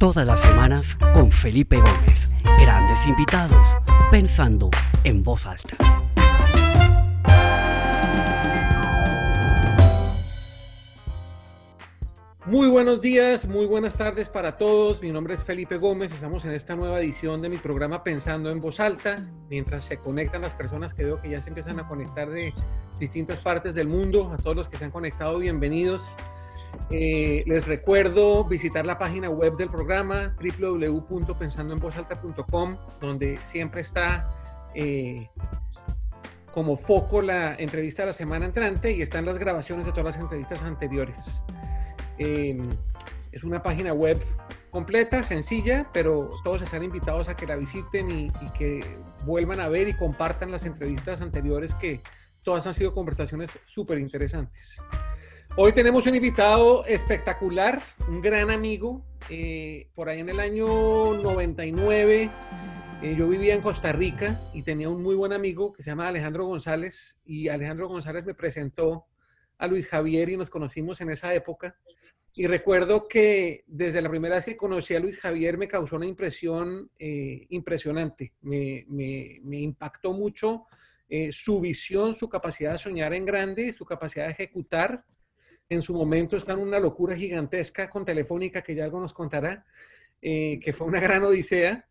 Todas las semanas con Felipe Gómez. Grandes invitados, pensando en voz alta. Muy buenos días, muy buenas tardes para todos. Mi nombre es Felipe Gómez. Estamos en esta nueva edición de mi programa Pensando en Voz Alta. Mientras se conectan las personas que veo que ya se empiezan a conectar de distintas partes del mundo, a todos los que se han conectado, bienvenidos. Les recuerdo visitar la página web del programa www.pensandoenvozalta.com, donde siempre está como foco la entrevista de la semana entrante y están las grabaciones de todas las entrevistas anteriores. Es una página web completa, sencilla, pero todos están invitados a que la visiten y que vuelvan a ver y compartan las entrevistas anteriores, que todas han sido conversaciones súper interesantes. Hoy tenemos un invitado espectacular, un gran amigo. Por ahí en el año 99 yo vivía en Costa Rica y tenía un muy buen amigo que se llama Alejandro González, y Alejandro González me presentó a Luis Javier y nos conocimos en esa época. Y recuerdo que desde la primera vez que conocí a Luis Javier me causó una impresión impresionante. Me impactó mucho su visión, su capacidad de soñar en grande, su capacidad de ejecutar. En su momento está en una locura gigantesca con Telefónica, que ya algo nos contará, que fue una gran odisea.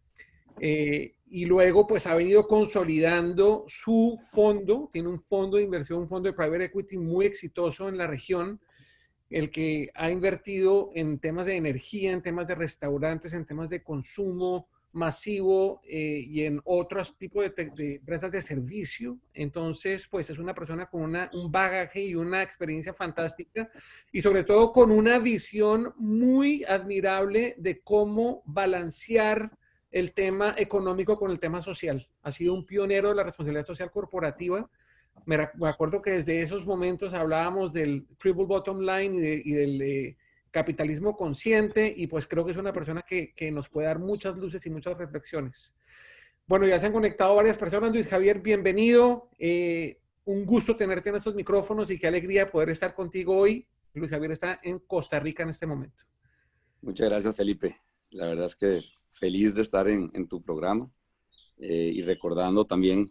Y luego pues ha venido consolidando su fondo. Tiene un fondo de inversión, un fondo de private equity muy exitoso en la región, el que ha invertido en temas de energía, en temas de restaurantes, en temas de consumo masivo y en otros tipos de empresas de servicio. Entonces, pues es una persona con un bagaje y una experiencia fantástica, y sobre todo con una visión muy admirable de cómo balancear el tema económico con el tema social. Ha sido un pionero de la responsabilidad social corporativa. Me acuerdo que desde esos momentos hablábamos del triple bottom line y del capitalismo consciente, y pues creo que es una persona que nos puede dar muchas luces y muchas reflexiones. Bueno, ya se han conectado varias personas. Luis Javier, bienvenido. Un gusto tenerte en estos micrófonos y qué alegría poder estar contigo hoy. Luis Javier está en Costa Rica en este momento. Muchas gracias, Felipe. La verdad es que feliz de estar en tu programa y recordando también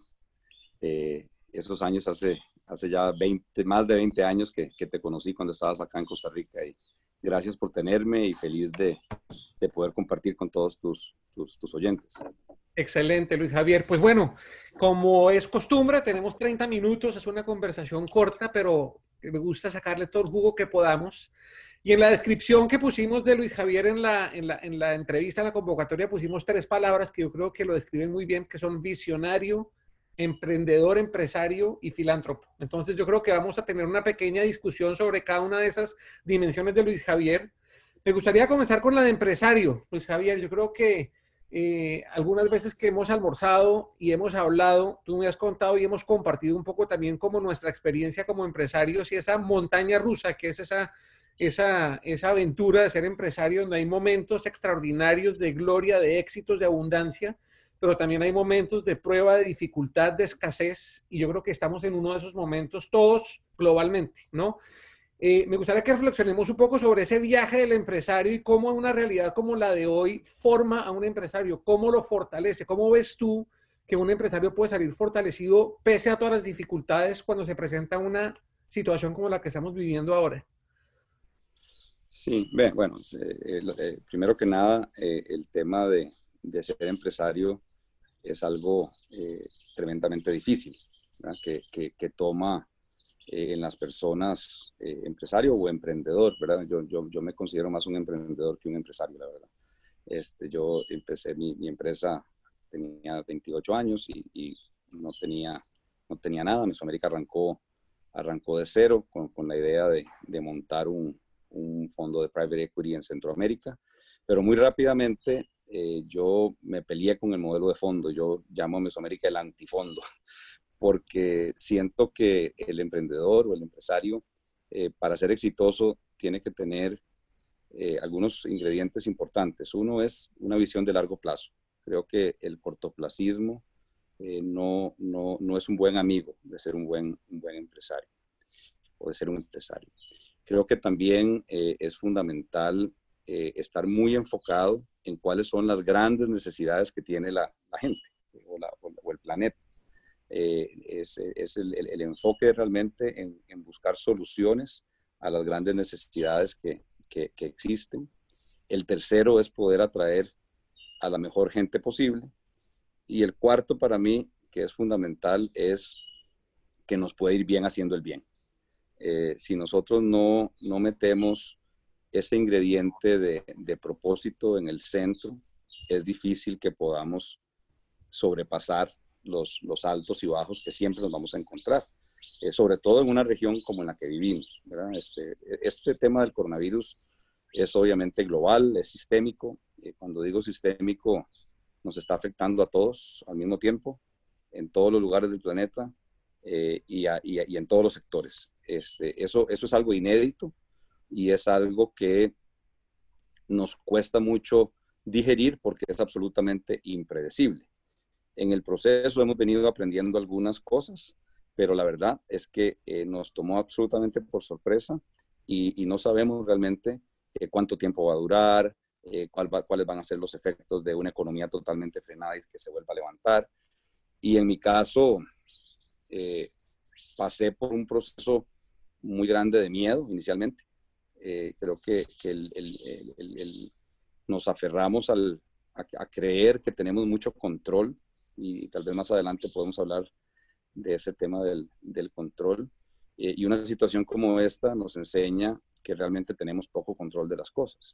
esos años, hace ya más de 20 años que te conocí cuando estabas acá en Costa Rica, y gracias por tenerme y feliz de poder compartir con todos tus oyentes. Excelente, Luis Javier. Pues bueno, como es costumbre, tenemos 30 minutos, es una conversación corta, pero me gusta sacarle todo el jugo que podamos. Y en la descripción que pusimos de Luis Javier en la entrevista, en la convocatoria, pusimos 3 palabras que yo creo que lo describen muy bien, que son visionario, emprendedor, empresario y filántropo. Entonces yo creo que vamos a tener una pequeña discusión sobre cada una de esas dimensiones de Luis Javier. Me gustaría comenzar con la de empresario, Luis Javier. Yo creo que algunas veces que hemos almorzado y hemos hablado, tú me has contado y hemos compartido un poco también como nuestra experiencia como empresarios y esa montaña rusa que es esa aventura de ser empresario, donde hay momentos extraordinarios de gloria, de éxitos, de abundancia, pero también hay momentos de prueba, de dificultad, de escasez, y yo creo que estamos en uno de esos momentos todos globalmente, ¿no? Me gustaría que reflexionemos un poco sobre ese viaje del empresario y cómo una realidad como la de hoy forma a un empresario, cómo lo fortalece. ¿Cómo ves tú que un empresario puede salir fortalecido pese a todas las dificultades cuando se presenta una situación como la que estamos viviendo ahora? Sí, bueno, primero que nada, el tema de ser empresario es algo tremendamente difícil, ¿verdad? Que toma en las personas empresario o emprendedor, ¿verdad? Yo me considero más un emprendedor que un empresario, la verdad. Yo empecé mi empresa, tenía 28 años y no tenía nada. Mesoamérica arrancó de cero con la idea de montar un fondo de private equity en Centroamérica, pero muy rápidamente yo me peleé con el modelo de fondo. Yo llamo a Mesoamérica el antifondo, porque siento que el emprendedor o el empresario, para ser exitoso, tiene que tener algunos ingredientes importantes. Uno es una visión de largo plazo. Creo que el cortoplacismo no es un buen amigo de ser un buen empresario o de ser un empresario. Creo que también es fundamental estar muy enfocado en cuáles son las grandes necesidades que tiene la gente o el planeta. Es el enfoque realmente en buscar soluciones a las grandes necesidades que existen. El tercero es poder atraer a la mejor gente posible. Y el cuarto para mí, que es fundamental, es que nos puede ir bien haciendo el bien. Si nosotros no metemos ese ingrediente de propósito en el centro, es difícil que podamos sobrepasar los altos y bajos que siempre nos vamos a encontrar, sobre todo en una región como en la que vivimos, ¿verdad? Este tema del coronavirus es obviamente global, es sistémico. Cuando digo sistémico, nos está afectando a todos al mismo tiempo, en todos los lugares del planeta y en todos los sectores. Eso es algo inédito y es algo que nos cuesta mucho digerir porque es absolutamente impredecible. En el proceso hemos venido aprendiendo algunas cosas, pero la verdad es que nos tomó absolutamente por sorpresa y no sabemos realmente cuánto tiempo va a durar, cuáles van a ser los efectos de una economía totalmente frenada y que se vuelva a levantar. Y en mi caso, pasé por un proceso muy grande de miedo inicialmente. Creo que nos aferramos a creer que tenemos mucho control y tal vez más adelante podemos hablar de ese tema del control. Y una situación como esta nos enseña que realmente tenemos poco control de las cosas.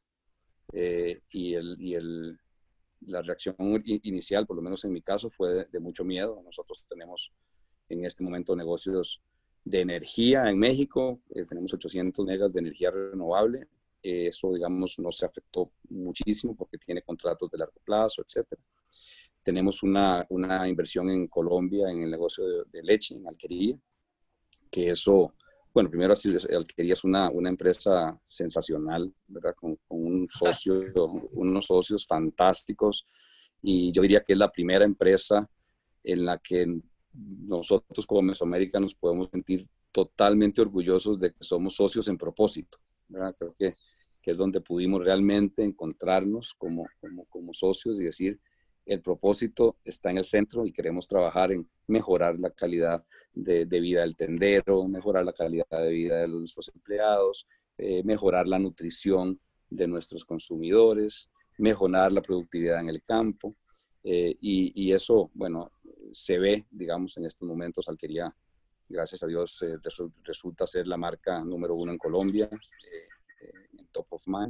La reacción inicial, por lo menos en mi caso, fue de mucho miedo. Nosotros tenemos en este momento negocios de energía en México, tenemos 800 megas de energía renovable. Eso, digamos, no se afectó muchísimo porque tiene contratos de largo plazo, etcétera. Tenemos una inversión en Colombia en el negocio de leche, en Alquería, que eso, bueno, primero Alquería es una empresa sensacional, ¿verdad? Con unos socios fantásticos, y yo diría que es la primera empresa en la que nosotros como Mesoamérica nos podemos sentir totalmente orgullosos de que somos socios en propósito, ¿verdad? Creo que es donde pudimos realmente encontrarnos como socios y decir, el propósito está en el centro y queremos trabajar en mejorar la calidad de vida del tendero, mejorar la calidad de vida de nuestros empleados, mejorar la nutrición de nuestros consumidores, mejorar la productividad en el campo. Y eso, bueno, se ve, digamos, en estos momentos. Alquería, gracias a Dios, resulta ser la marca número 1 en Colombia, en Top of Mind.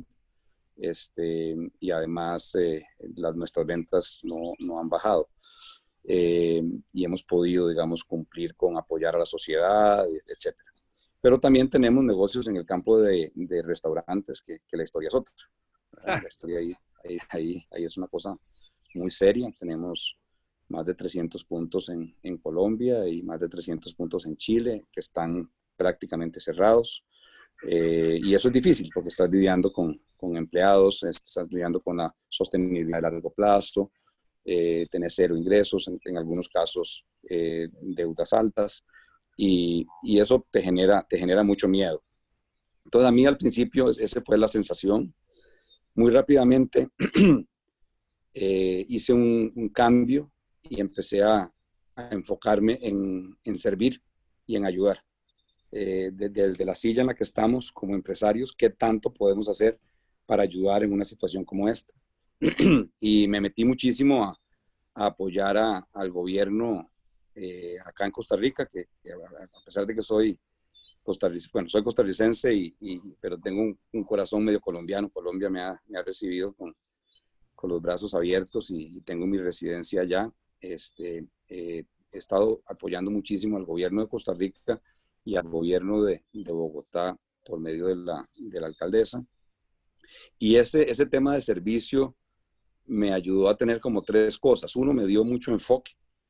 Y además nuestras ventas no han bajado y hemos podido, digamos, cumplir con apoyar a la sociedad, etcétera. Pero también tenemos negocios en el campo de restaurantes que la historia es otra. La historia ahí es una cosa muy seria. Tenemos más de 300 puntos en Colombia y más de 300 puntos en Chile que están prácticamente cerrados. Y eso es difícil porque estás lidiando con empleados, estás lidiando con la sostenibilidad a largo plazo, tenés cero ingresos, en algunos casos deudas altas, y eso te genera mucho miedo. Entonces a mí al principio esa fue la sensación. Muy rápidamente hice un cambio y empecé a enfocarme en servir y en ayudar. Desde la silla en la que estamos como empresarios, ¿qué tanto podemos hacer para ayudar en una situación como esta? Y me metí muchísimo a apoyar al gobierno acá en Costa Rica, que a pesar de que soy costarricense, pero tengo un corazón medio colombiano. Colombia me ha recibido con los brazos abiertos y tengo mi residencia allá. He estado apoyando muchísimo al gobierno de Costa Rica y al gobierno de Bogotá por medio de la alcaldesa. Y ese tema de servicio me ayudó a tener como tres cosas. Uno, me dio mucho enfoque,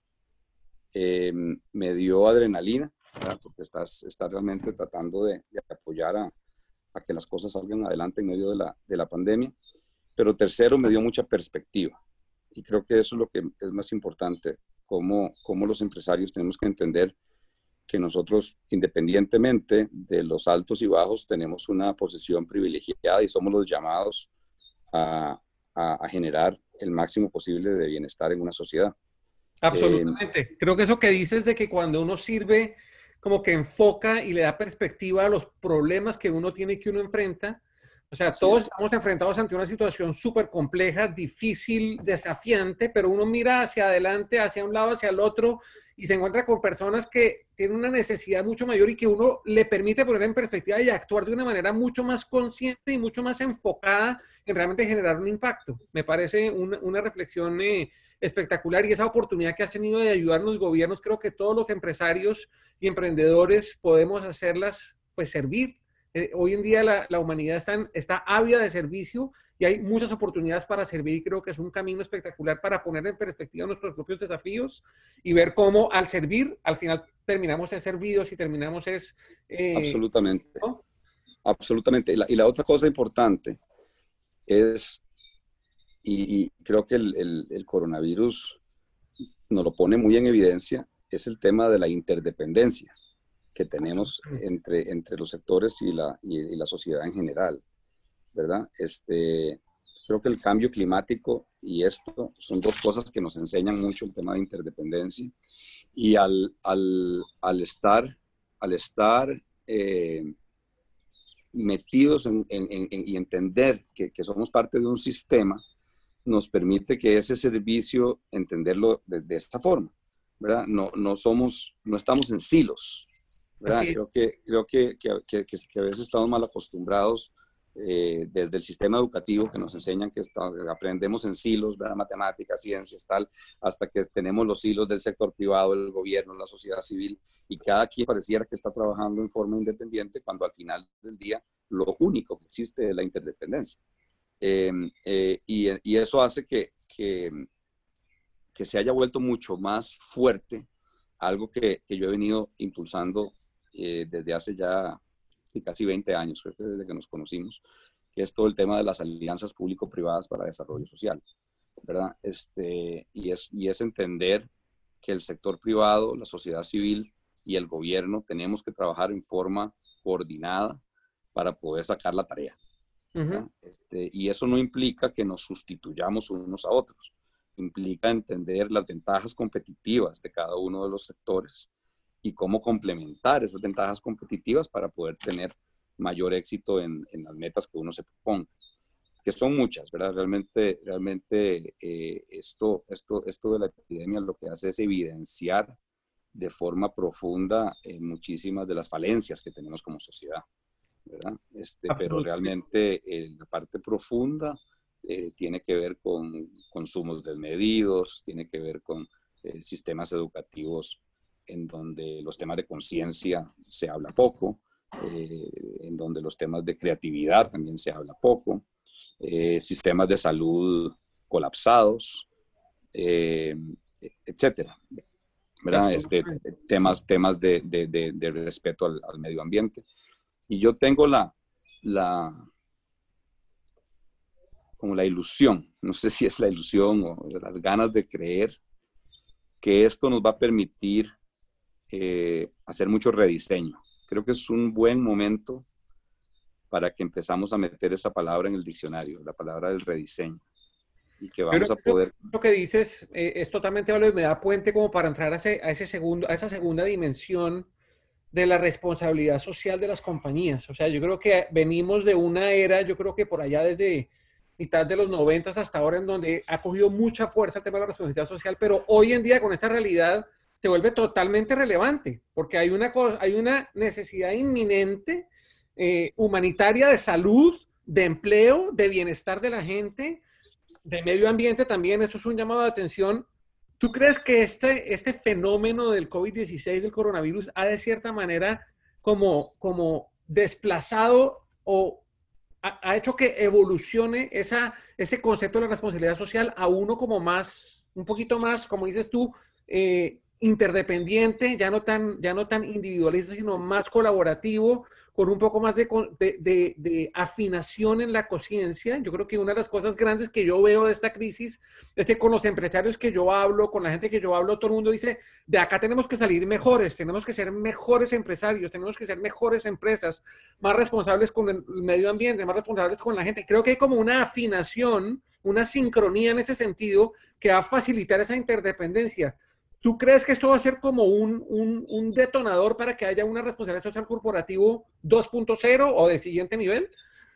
me dio adrenalina, ¿verdad? Porque estás realmente tratando de apoyar a que las cosas salgan adelante en medio de la pandemia. Pero tercero, me dio mucha perspectiva. Y creo que eso es lo que es más importante, cómo los empresarios tenemos que entender que nosotros, independientemente de los altos y bajos, tenemos una posición privilegiada y somos los llamados a generar el máximo posible de bienestar en una sociedad. Absolutamente. Creo que eso que dices de que cuando uno sirve, como que enfoca y le da perspectiva a los problemas que uno tiene, que uno enfrenta. O sea, todos estamos enfrentados ante una situación súper compleja, difícil, desafiante, pero uno mira hacia adelante, hacia un lado, hacia el otro, y se encuentra con personas que tienen una necesidad mucho mayor y que uno le permite poner en perspectiva y actuar de una manera mucho más consciente y mucho más enfocada en realmente generar un impacto. Me parece una reflexión espectacular, y esa oportunidad que has tenido de ayudar a los gobiernos, creo que todos los empresarios y emprendedores podemos hacerlas, pues servir. Hoy en día la humanidad está ávida de servicio y hay muchas oportunidades para servir, y creo que es un camino espectacular para poner en perspectiva nuestros propios desafíos y ver cómo al servir, al final terminamos servidos y terminamos Absolutamente, ¿no? absolutamente. Y la otra cosa importante es, y creo que el coronavirus nos lo pone muy en evidencia, es el tema de la interdependencia que tenemos entre los sectores y la sociedad en general, ¿verdad? Creo que el cambio climático y esto son dos cosas que nos enseñan mucho el tema de interdependencia, y al estar metidos y entender que somos parte de un sistema, nos permite que ese servicio entenderlo de esta forma, ¿verdad? No estamos en silos, ¿verdad? Creo que a veces estamos mal acostumbrados desde el sistema educativo, que nos enseñan que aprendemos en silos, ¿verdad? Matemáticas, ciencias, tal, hasta que tenemos los hilos del sector privado, el gobierno, la sociedad civil, y cada quien pareciera que está trabajando en forma independiente, cuando al final del día lo único que existe es la interdependencia. Y eso hace que se haya vuelto mucho más fuerte algo que yo he venido impulsando desde hace ya casi 20 años, creo que desde que nos conocimos, que es todo el tema de las alianzas público-privadas para desarrollo social, ¿verdad? Y es entender que el sector privado, la sociedad civil y el gobierno tenemos que trabajar en forma coordinada para poder sacar la tarea, ¿verdad? Y eso no implica que nos sustituyamos unos a otros, implica entender las ventajas competitivas de cada uno de los sectores y cómo complementar esas ventajas competitivas para poder tener mayor éxito en las metas que uno se proponga, que son muchas, ¿verdad? Realmente esto de la epidemia lo que hace es evidenciar de forma profunda muchísimas de las falencias que tenemos como sociedad, ¿verdad? Pero realmente la parte profunda tiene que ver con consumos desmedidos, tiene que ver con sistemas educativos en donde los temas de conciencia se habla poco, en donde los temas de creatividad también se habla poco, sistemas de salud colapsados, etcétera, ¿verdad? Temas de respeto al medio ambiente. Y yo tengo como la ilusión, no sé si es la ilusión o las ganas de creer que esto nos va a permitir hacer mucho rediseño. Creo que es un buen momento para que empezamos a meter esa palabra en el diccionario, la palabra del rediseño, y que vamos a poder... Lo que dices es totalmente válido y me da puente como para entrar a esa segunda dimensión de la responsabilidad social de las compañías. O sea, yo creo que venimos de una era, yo creo que por allá desde mitad de los 90 hasta ahora, en donde ha cogido mucha fuerza el tema de la responsabilidad social, pero hoy en día con esta realidad se vuelve totalmente relevante, porque hay una necesidad inminente humanitaria, de salud, de empleo, de bienestar de la gente, de medio ambiente también. Esto es un llamado de atención. ¿Tú crees que este fenómeno del COVID-16, del coronavirus, ha de cierta manera como desplazado o ha hecho que evolucione ese concepto de la responsabilidad social a uno como más, un poquito más, como dices tú, interdependiente, ya no tan individualista, sino más colaborativo, con un poco más de afinación en la conciencia. Yo creo que una de las cosas grandes que yo veo de esta crisis es que con los empresarios que yo hablo, con la gente que yo hablo, todo el mundo dice, de acá tenemos que salir mejores, tenemos que ser mejores empresarios, tenemos que ser mejores empresas, más responsables con el medio ambiente, más responsables con la gente. Creo que hay como una afinación, una sincronía en ese sentido que va a facilitar esa interdependencia. ¿Tú crees que esto va a ser como un detonador para que haya una responsabilidad social corporativo 2.0 o de siguiente nivel?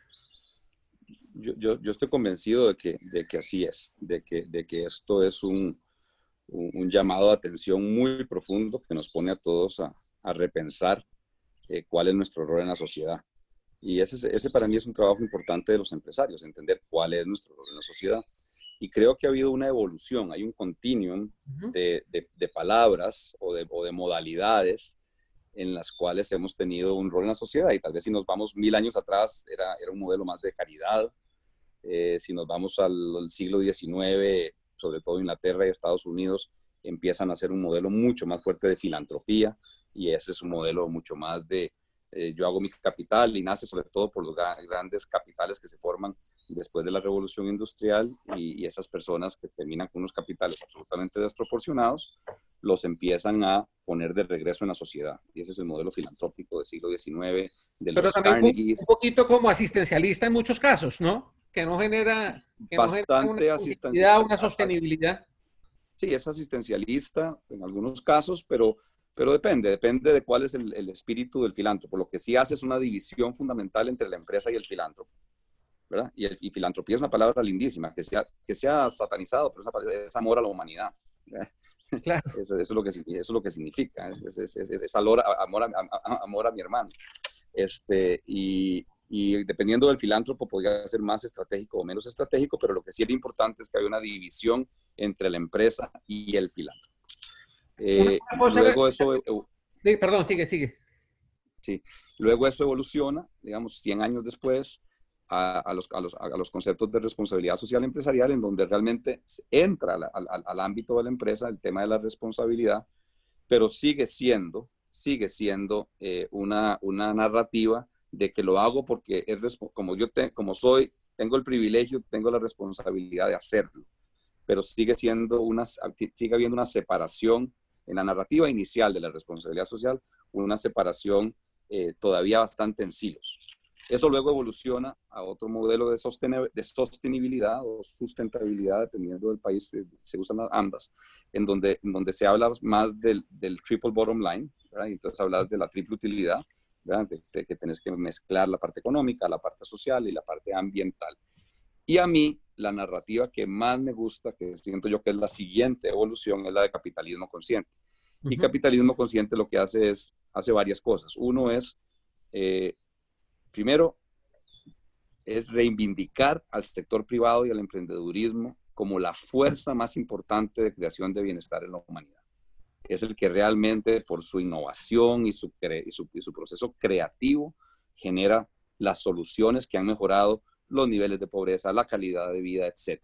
Yo estoy convencido de que así es, de que esto es un llamado de atención muy profundo que nos pone a todos a repensar cuál es nuestro rol en la sociedad. Y ese para mí es un trabajo importante de los empresarios, entender cuál es nuestro rol en la sociedad. Y creo que ha habido una evolución, hay un continuum de palabras o de modalidades en las cuales hemos tenido un rol en la sociedad. Y tal vez si nos vamos 1000 años atrás, era un modelo más de caridad. Si nos vamos al siglo XIX, sobre todo Inglaterra y Estados Unidos, empiezan a ser un modelo mucho más fuerte de filantropía. Y ese es un modelo mucho más de yo hago mi capital, y nace sobre todo por los grandes capitales que se forman después de la revolución industrial, y esas personas que terminan con unos capitales absolutamente desproporcionados los empiezan a poner de regreso en la sociedad. Y ese es el modelo filantrópico del siglo XIX, de Pero los también Carnegies. un poquito como asistencialista en muchos casos, ¿no? Que no genera Bastante una una sostenibilidad. Sí, es asistencialista en algunos casos, pero depende de cuál es el espíritu del filántropo. Lo que sí hace es una división fundamental entre la empresa y el filántropo, ¿verdad? Y filantropía es una palabra lindísima, que sea satanizado, pero es amor a la humanidad, ¿verdad? Claro. Eso es lo que significa, es amor a mi hermano. Y dependiendo del filántropo podría ser más estratégico o menos estratégico, pero lo que sí era importante es que había una división entre la empresa y el filántropo. Luego eso, perdón, sigue. sí, luego eso evoluciona, digamos, 100 años después, a los conceptos de responsabilidad social empresarial, en donde realmente entra al ámbito de la empresa el tema de la responsabilidad, pero sigue siendo una narrativa de que lo hago porque tengo el privilegio, tengo la responsabilidad de hacerlo, pero sigue habiendo una separación en la narrativa inicial de la responsabilidad social, una separación todavía bastante en silos. Eso luego evoluciona a otro modelo de sostenibilidad o sustentabilidad, dependiendo del país, se usan ambas, en donde se habla más del triple bottom line, ¿verdad? Entonces hablas de la triple utilidad, ¿verdad? De que tenés que mezclar la parte económica, la parte social y la parte ambiental. Y a mí, la narrativa que más me gusta, que siento yo que es la siguiente evolución, es la de capitalismo consciente. Y capitalismo consciente lo que hace varias cosas. Uno es, primero, es reivindicar al sector privado y al emprendedurismo como la fuerza más importante de creación de bienestar en la humanidad. Es el que realmente, por su innovación y su proceso creativo, genera las soluciones que han mejorado los niveles de pobreza, la calidad de vida, etc.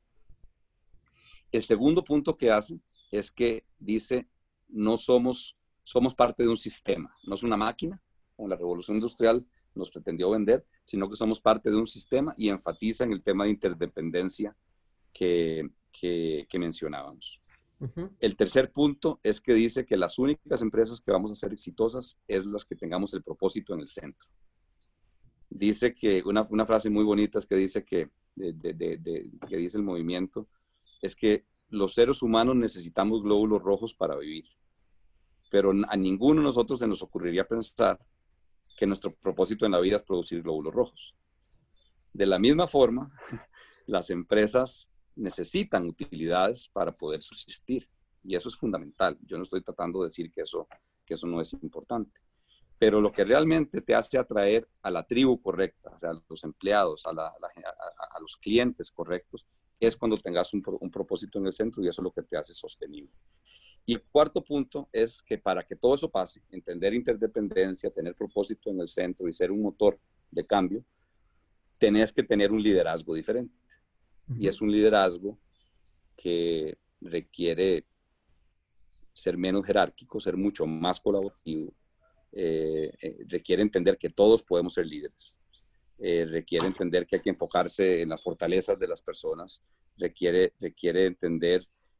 El segundo punto que hace es que dice, somos parte de un sistema, no es una máquina, como la revolución industrial nos pretendió vender, sino que somos parte de un sistema, y enfatiza en el tema de interdependencia que mencionábamos. El tercer punto es que dice que las únicas empresas que vamos a ser exitosas es las que tengamos el propósito en el centro. Dice que una frase muy bonita es que dice que dice el movimiento, es que los seres humanos necesitamos glóbulos rojos para vivir, pero a ninguno de nosotros se nos ocurriría pensar que nuestro propósito en la vida es producir glóbulos rojos. De la misma forma, las empresas necesitan utilidades para poder subsistir, y eso es fundamental. Yo no estoy tratando de decir que eso no es importante, pero lo que realmente te hace atraer a la tribu correcta, o sea, a los empleados, a los clientes correctos, es cuando tengas un propósito en el centro, y eso es lo que te hace sostenible. Y el cuarto punto es que para que todo eso pase, entender interdependencia, tener propósito en el centro y ser un motor de cambio, tenés que tener un liderazgo diferente. Y es un liderazgo que requiere ser menos jerárquico, ser mucho más colaborativo, requiere entender que todos podemos ser líderes. Requiere entender que hay que enfocarse en las fortalezas de las personas, requiere entender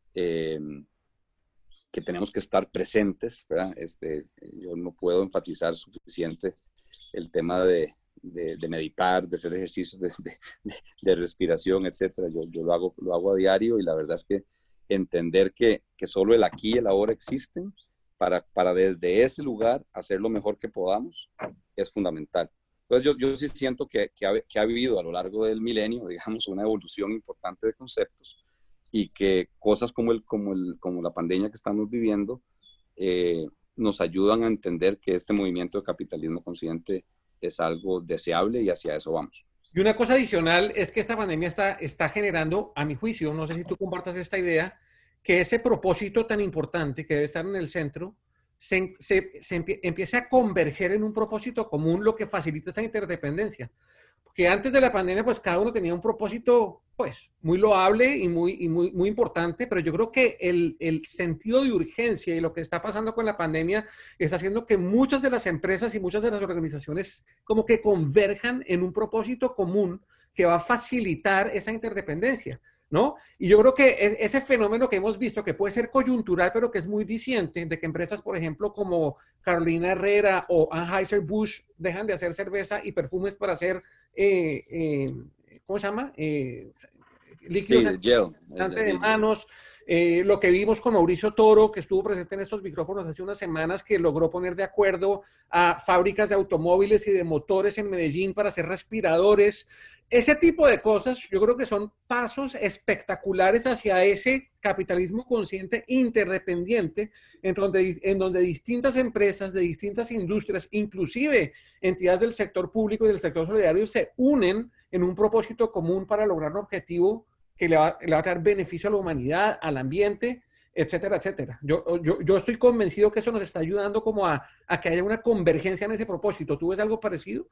que tenemos que estar presentes, ¿verdad? Yo no puedo enfatizar suficiente el tema de meditar, de hacer ejercicios de respiración, etcétera. Yo lo hago a diario, y la verdad es que entender que solo el aquí y el ahora existen para desde ese lugar hacer lo mejor que podamos es fundamental. Entonces yo sí siento que ha habido a lo largo del milenio, digamos, una evolución importante de conceptos, y que cosas como la pandemia que estamos viviendo nos ayudan a entender que este movimiento de capitalismo consciente es algo deseable, y hacia eso vamos. Y una cosa adicional es que esta pandemia está generando, a mi juicio, no sé si tú compartas esta idea, que ese propósito tan importante que debe estar en el centro empiece a converger en un propósito común, lo que facilita esta interdependencia. Porque antes de la pandemia, pues cada uno tenía un propósito, pues, muy loable y muy importante, pero yo creo que el sentido de urgencia y lo que está pasando con la pandemia está haciendo que muchas de las empresas y muchas de las organizaciones como que converjan en un propósito común que va a facilitar esa interdependencia, ¿no? Y yo creo que ese fenómeno que hemos visto, que puede ser coyuntural, pero que es muy diciente, de que empresas, por ejemplo, como Carolina Herrera o Anheuser-Busch dejan de hacer cerveza y perfumes para hacer, ¿cómo se llama? Líquidos de manos. Lo que vimos con Mauricio Toro, que estuvo presente en estos micrófonos hace unas semanas, que logró poner de acuerdo a fábricas de automóviles y de motores en Medellín para hacer respiradores. Ese tipo de cosas yo creo que son pasos espectaculares hacia ese capitalismo consciente interdependiente, en donde distintas empresas de distintas industrias, inclusive entidades del sector público y del sector solidario, se unen en un propósito común para lograr un objetivo que le va a traer beneficio a la humanidad, al ambiente, etcétera, etcétera. Yo estoy convencido que eso nos está ayudando como a que haya una convergencia en ese propósito. ¿Tú ves algo parecido?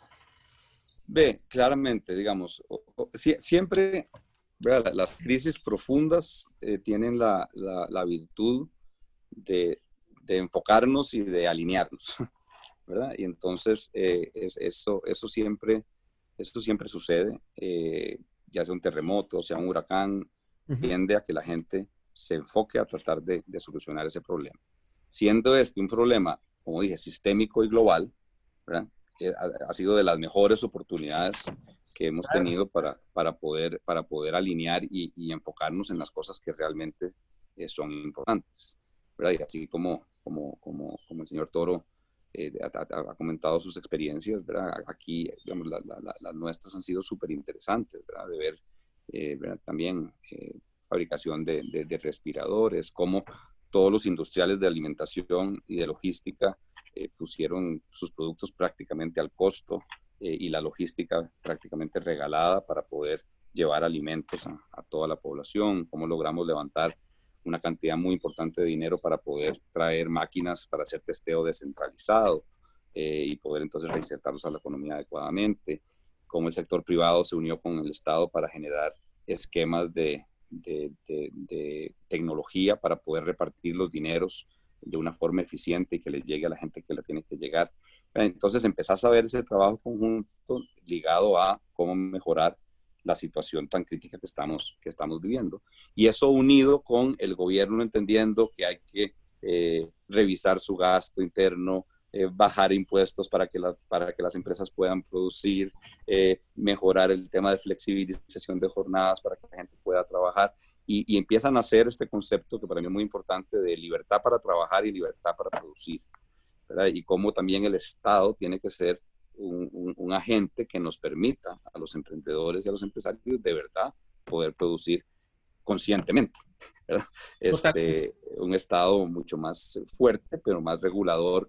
Ve, claramente, digamos, siempre, ¿verdad? Las crisis profundas tienen la virtud de enfocarnos y de alinearnos, ¿verdad? Y entonces eso siempre sucede, ya sea un terremoto, sea un huracán, tiende a que la gente se enfoque a tratar de solucionar ese problema. Siendo un problema, como dije, sistémico y global, ¿verdad? Ha sido de las mejores oportunidades que hemos tenido para poder alinear y enfocarnos en las cosas que realmente son importantes, ¿verdad? Y así como el señor Toro ha comentado sus experiencias, ¿verdad? Aquí, digamos, las nuestras han sido súper interesantes, ¿verdad? De ver, ¿verdad? También fabricación de respiradores, cómo todos los industriales de alimentación y de logística pusieron sus productos prácticamente al costo y la logística prácticamente regalada para poder llevar alimentos a toda la población, cómo logramos levantar una cantidad muy importante de dinero para poder traer máquinas para hacer testeo descentralizado y poder entonces reinsertarlos a la economía adecuadamente, cómo el sector privado se unió con el Estado para generar esquemas de tecnología para poder repartir los dineros de una forma eficiente y que le llegue a la gente que le tiene que llegar. Entonces empezás a ver ese trabajo conjunto ligado a cómo mejorar la situación tan crítica que estamos viviendo. Y eso unido con el gobierno entendiendo que hay que revisar su gasto interno, bajar impuestos para que las empresas puedan producir, mejorar el tema de flexibilización de jornadas para que la gente pueda trabajar. Y empiezan a hacer este concepto que para mí es muy importante de libertad para trabajar y libertad para producir, ¿verdad? Y cómo también el Estado tiene que ser un agente que nos permita a los emprendedores y a los empresarios de verdad poder producir conscientemente, ¿verdad? Un Estado mucho más fuerte, pero más regulador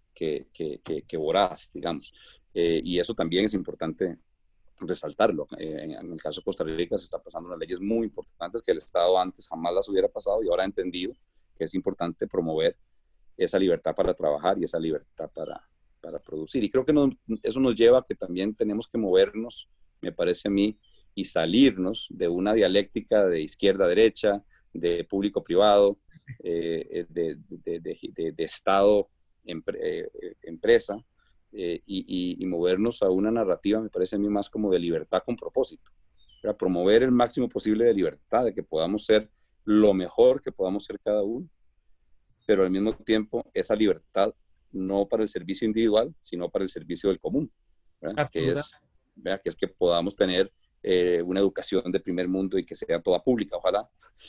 que voraz, digamos. Y eso también es importante resaltarlo. En el caso de Costa Rica se están pasando unas leyes muy importantes que el Estado antes jamás las hubiera pasado y ahora ha entendido que es importante promover esa libertad para trabajar y esa libertad para producir. Y creo que eso nos lleva a que también tenemos que movernos, me parece a mí, y salirnos de una dialéctica de izquierda-derecha, de público-privado, de Estado empresa, y movernos a una narrativa, me parece a mí más como de libertad con propósito, para promover el máximo posible de libertad, de que podamos ser lo mejor que podamos ser cada uno, pero al mismo tiempo esa libertad no para el servicio individual, sino para el servicio del común, ¿verdad? ¿Verdad? Que es que podamos tener una educación de primer mundo y que sea toda pública, ojalá.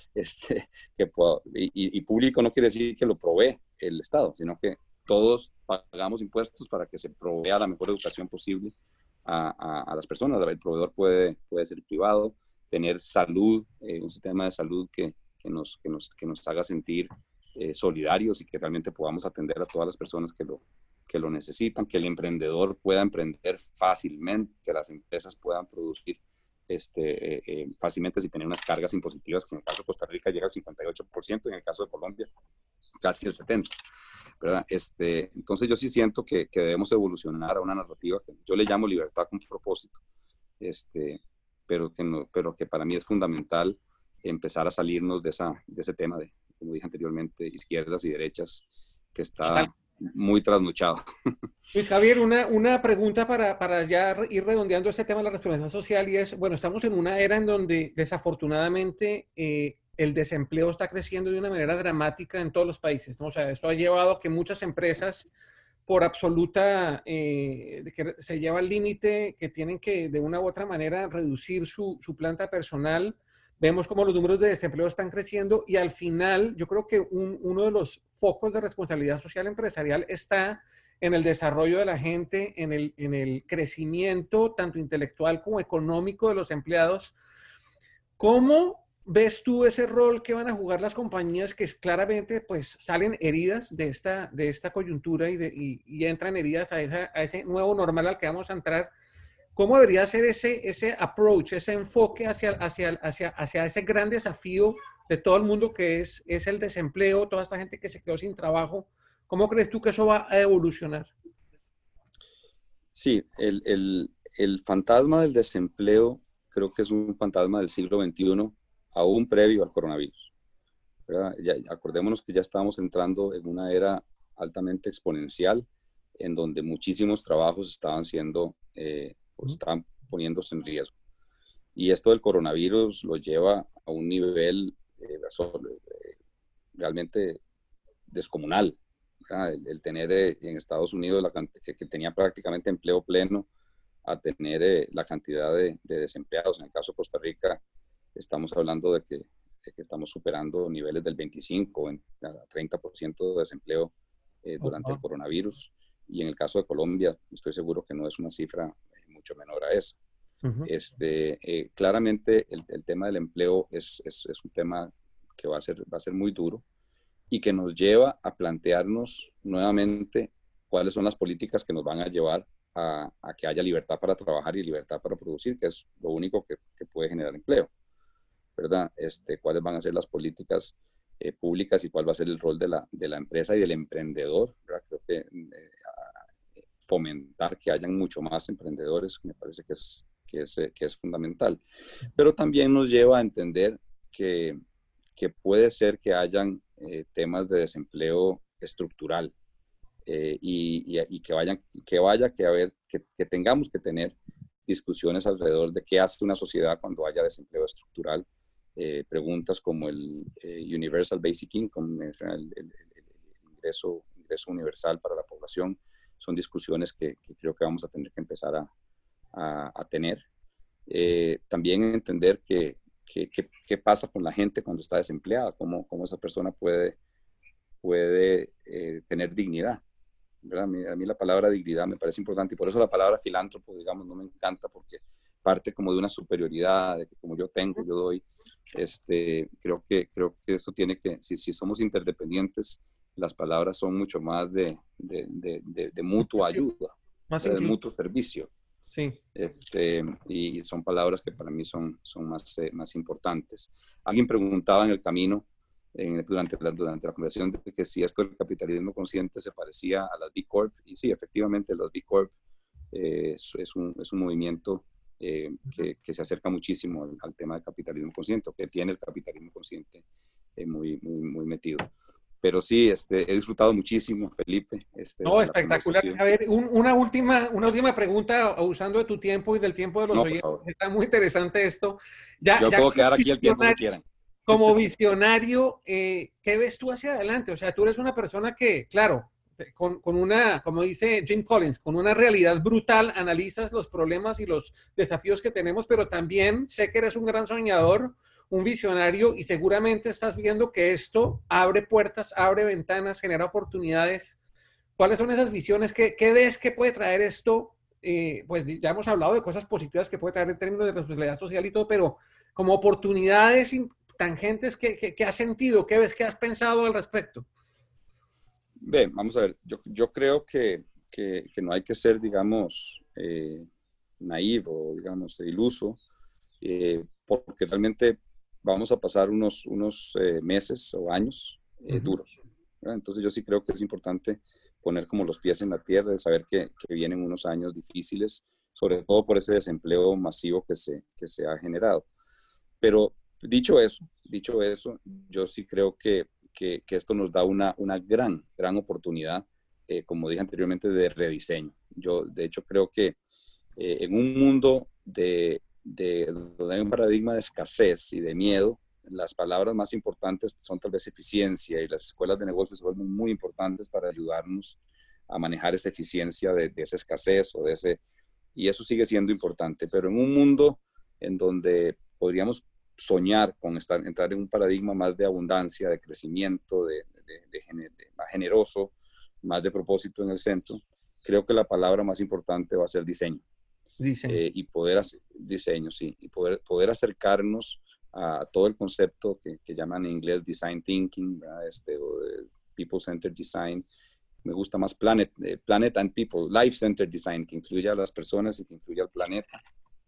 Y público no quiere decir que lo provee el Estado, sino que todos pagamos impuestos para que se provea la mejor educación posible a las personas. El proveedor puede ser privado, tener salud, un sistema de salud que nos haga sentir solidarios y que realmente podamos atender a todas las personas que lo necesitan, que el emprendedor pueda emprender fácilmente, que las empresas puedan producir fácilmente sin tener unas cargas impositivas, que en el caso de Costa Rica llega al 58% y en el caso de Colombia casi el 70%. ¿Verdad? Entonces yo sí siento que debemos evolucionar a una narrativa que yo le llamo libertad con propósito, pero que para mí es fundamental empezar a salirnos de ese tema de, como dije anteriormente, izquierdas y derechas, que está muy trasnochado. Luis Javier, una pregunta para ya ir redondeando este tema de la responsabilidad social, y es, bueno, estamos en una era en donde desafortunadamente el desempleo está creciendo de una manera dramática en todos los países, ¿no? O sea, esto ha llevado a que muchas empresas, por absoluta, que se lleva al límite, que tienen que de una u otra manera reducir su planta personal. Vemos cómo los números de desempleo están creciendo y al final yo creo que uno de los focos de responsabilidad social empresarial está en el desarrollo de la gente, en el crecimiento tanto intelectual como económico de los empleados. ¿Cómo ves tú ese rol que van a jugar las compañías que claramente pues salen heridas de esta coyuntura y entran heridas a ese nuevo normal al que vamos a entrar? ¿Cómo debería ser ese approach, ese enfoque hacia ese gran desafío de todo el mundo que es el desempleo, toda esta gente que se quedó sin trabajo? ¿Cómo crees tú que eso va a evolucionar? Sí, el fantasma del desempleo creo que es un fantasma del siglo XXI, aún previo al coronavirus, ¿verdad? Acordémonos que ya estamos entrando en una era altamente exponencial, en donde muchísimos trabajos estaban estaban poniéndose en riesgo. Y esto del coronavirus lo lleva a un nivel realmente descomunal. El tener en Estados Unidos que tenía prácticamente empleo pleno a tener la cantidad de desempleados. En el caso de Costa Rica, estamos hablando de que estamos superando niveles del 25 a 30% de desempleo durante el coronavirus. Y en el caso de Colombia, estoy seguro que no es una cifra mucho menor a esa. Claramente el tema del empleo es un tema que va a ser muy duro y que nos lleva a plantearnos nuevamente cuáles son las políticas que nos van a llevar a que haya libertad para trabajar y libertad para producir, que es lo único que puede generar empleo, ¿verdad? Cuáles van a ser las políticas públicas y cuál va a ser el rol de la empresa y del emprendedor, ¿verdad? Creo que fomentar que hayan mucho más emprendedores, me parece que es fundamental. Pero también nos lleva a entender que puede ser que hayan temas de desempleo estructural y que tengamos que tener discusiones alrededor de qué hace una sociedad cuando haya desempleo estructural. Preguntas como el Universal Basic Income, el ingreso universal para la población, son discusiones que creo que vamos a tener que empezar a tener. También entender qué pasa con la gente cuando está desempleada, cómo esa persona puede tener dignidad, ¿verdad? A mí la palabra dignidad me parece importante y por eso la palabra filántropo, digamos, no me encanta porque parte como de una superioridad, de que como yo tengo, yo doy. Creo que esto tiene que, si somos interdependientes, las palabras son mucho más de mutua ayuda, de mutuo servicio. Sí. Y son palabras que para mí son más importantes. Alguien preguntaba en el camino, durante la conversación, de que si esto del capitalismo consciente se parecía a las B Corp, y sí, efectivamente, las B Corp es un movimiento que se acerca muchísimo al tema del capitalismo consciente, que tiene el capitalismo consciente muy metido. pero sí, he disfrutado muchísimo, Felipe. No, espectacular. A ver, una última pregunta, usando de tu tiempo y del tiempo de los No, por oyentes. favor. Está muy interesante esto. Yo puedo quedar aquí el tiempo que quieran. Como visionario, ¿qué ves tú hacia adelante? O sea, tú eres una persona que, claro, con una, como dice Jim Collins, con una realidad brutal, analizas los problemas y los desafíos que tenemos, pero también sé que eres un gran soñador, un visionario, y seguramente estás viendo que esto abre puertas, abre ventanas, genera oportunidades. ¿Cuáles son esas visiones? ¿Qué ves que puede traer esto? Pues ya hemos hablado de cosas positivas que puede traer en términos de responsabilidad social y todo, pero como oportunidades tangentes que has sentido, ¿qué ves que has pensado al respecto? Bien, vamos a ver, yo creo que no hay que ser, digamos, naivo o, digamos, iluso, porque realmente vamos a pasar unos meses o años duros, ¿verdad? Entonces yo sí creo que es importante poner como los pies en la tierra, de saber que vienen unos años difíciles, sobre todo por ese desempleo masivo que se ha generado. Pero dicho eso, yo sí creo que esto nos da una gran oportunidad, como dije anteriormente, de rediseño. Yo, de hecho, creo que en un mundo donde hay un paradigma de escasez y de miedo, las palabras más importantes son tal vez eficiencia, y las escuelas de negocios se vuelven muy importantes para ayudarnos a manejar esa eficiencia de esa escasez y eso sigue siendo importante. Pero en un mundo en donde podríamos soñar con entrar en un paradigma más de abundancia, de crecimiento, más generoso, más de propósito en el centro, creo que la palabra más importante va a ser diseño. Y poder hacer diseño, sí, y poder acercarnos a todo el concepto que llaman en inglés design thinking, o people-centered design. Me gusta más planet and people, life-centered design, que incluya a las personas y que incluya al planeta.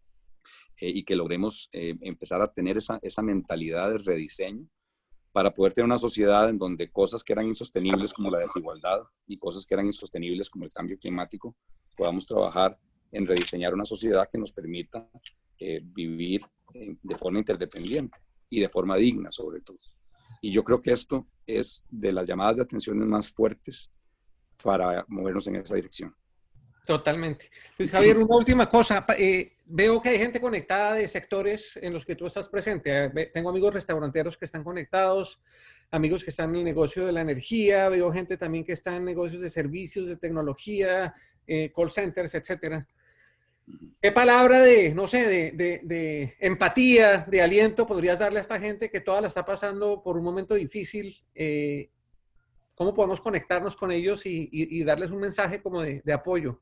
Y que logremos empezar a tener esa mentalidad de rediseño para poder tener una sociedad en donde cosas que eran insostenibles como la desigualdad y cosas que eran insostenibles como el cambio climático, podamos trabajar en rediseñar una sociedad que nos permita vivir de forma interdependiente y de forma digna, sobre todo. Y yo creo que esto es de las llamadas de atención más fuertes para movernos en esa dirección. Totalmente. Luis Javier, una última cosa. Veo que hay gente conectada de sectores en los que tú estás presente. Tengo amigos restauranteros que están conectados, amigos que están en el negocio de la energía, veo gente también que está en negocios de servicios, de tecnología, call centers, etcétera. ¿Qué palabra de empatía, de aliento podrías darle a esta gente que toda la está pasando por un momento difícil? ¿Cómo podemos conectarnos con ellos y darles un mensaje como de apoyo?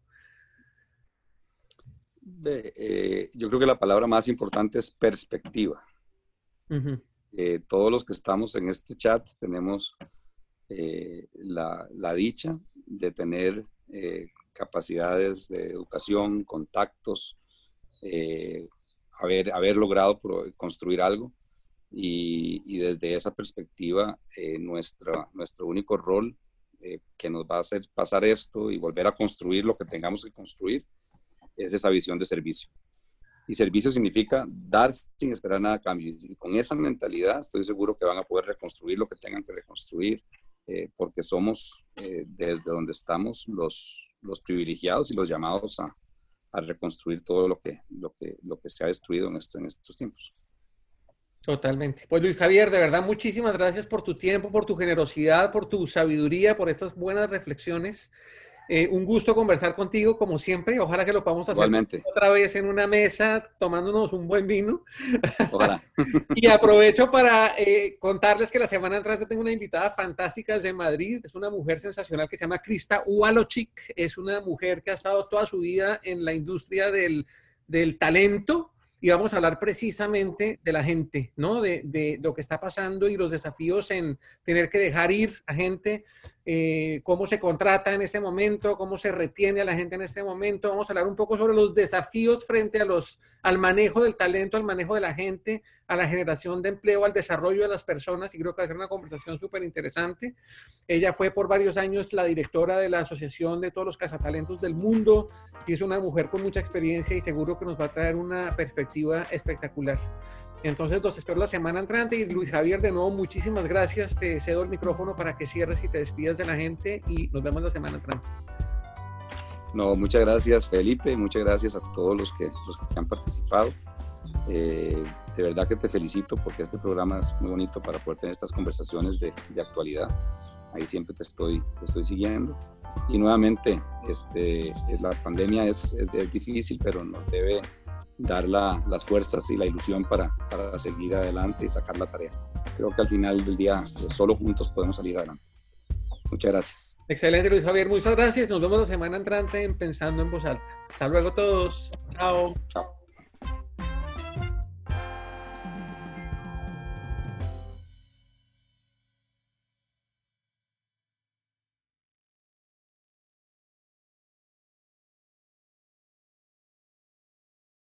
Yo creo que la palabra más importante es perspectiva. Todos los que estamos en este chat tenemos la dicha de tener capacidades de educación, contactos, haber logrado construir algo, y desde esa perspectiva nuestro único rol que nos va a hacer pasar esto y volver a construir lo que tengamos que construir es esa visión de servicio. Y servicio significa dar sin esperar nada a cambio. Y con esa mentalidad estoy seguro que van a poder reconstruir lo que tengan que reconstruir, porque somos desde donde estamos los privilegiados y los llamados a reconstruir todo lo que se ha destruido en estos tiempos. Totalmente. Pues Luis Javier, de verdad, muchísimas gracias por tu tiempo, por tu generosidad, por tu sabiduría, por estas buenas reflexiones. Un gusto conversar contigo, como siempre. Ojalá que lo podamos hacer otra vez en una mesa, tomándonos un buen vino. Ojalá. Y aprovecho para contarles que la semana entrante tengo una invitada fantástica de Madrid. Es una mujer sensacional que se llama Krista Walochik. Es una mujer que ha estado toda su vida en la industria del talento. Y vamos a hablar precisamente de la gente, ¿no? De lo que está pasando y los desafíos en tener que dejar ir a gente, cómo se contrata en este momento, cómo se retiene a la gente en este momento. Vamos a hablar un poco sobre los desafíos frente al manejo del talento, al manejo de la gente, a la generación de empleo, al desarrollo de las personas, y creo que va a ser una conversación súper interesante. Ella fue por varios años la directora de la Asociación de todos los Cazatalentos del mundo, y es una mujer con mucha experiencia y seguro que nos va a traer una perspectiva espectacular. Entonces los espero la semana entrante. Y Luis Javier, de nuevo, muchísimas gracias. Te cedo el micrófono para que cierres y te despidas de la gente y nos vemos la semana entrante. No, muchas gracias, Felipe. Muchas gracias a todos los que han participado. De verdad que te felicito porque este programa es muy bonito para poder tener estas conversaciones de actualidad. Ahí siempre te estoy siguiendo. Y nuevamente, la pandemia es difícil, pero nos debe dar las fuerzas y la ilusión para seguir adelante y sacar la tarea. Creo que al final del día, solo juntos podemos salir adelante. Muchas gracias. Excelente, Luis Javier. Muchas gracias. Nos vemos la semana entrante en Pensando en Voz Alta. Hasta luego todos. Chao. Chao.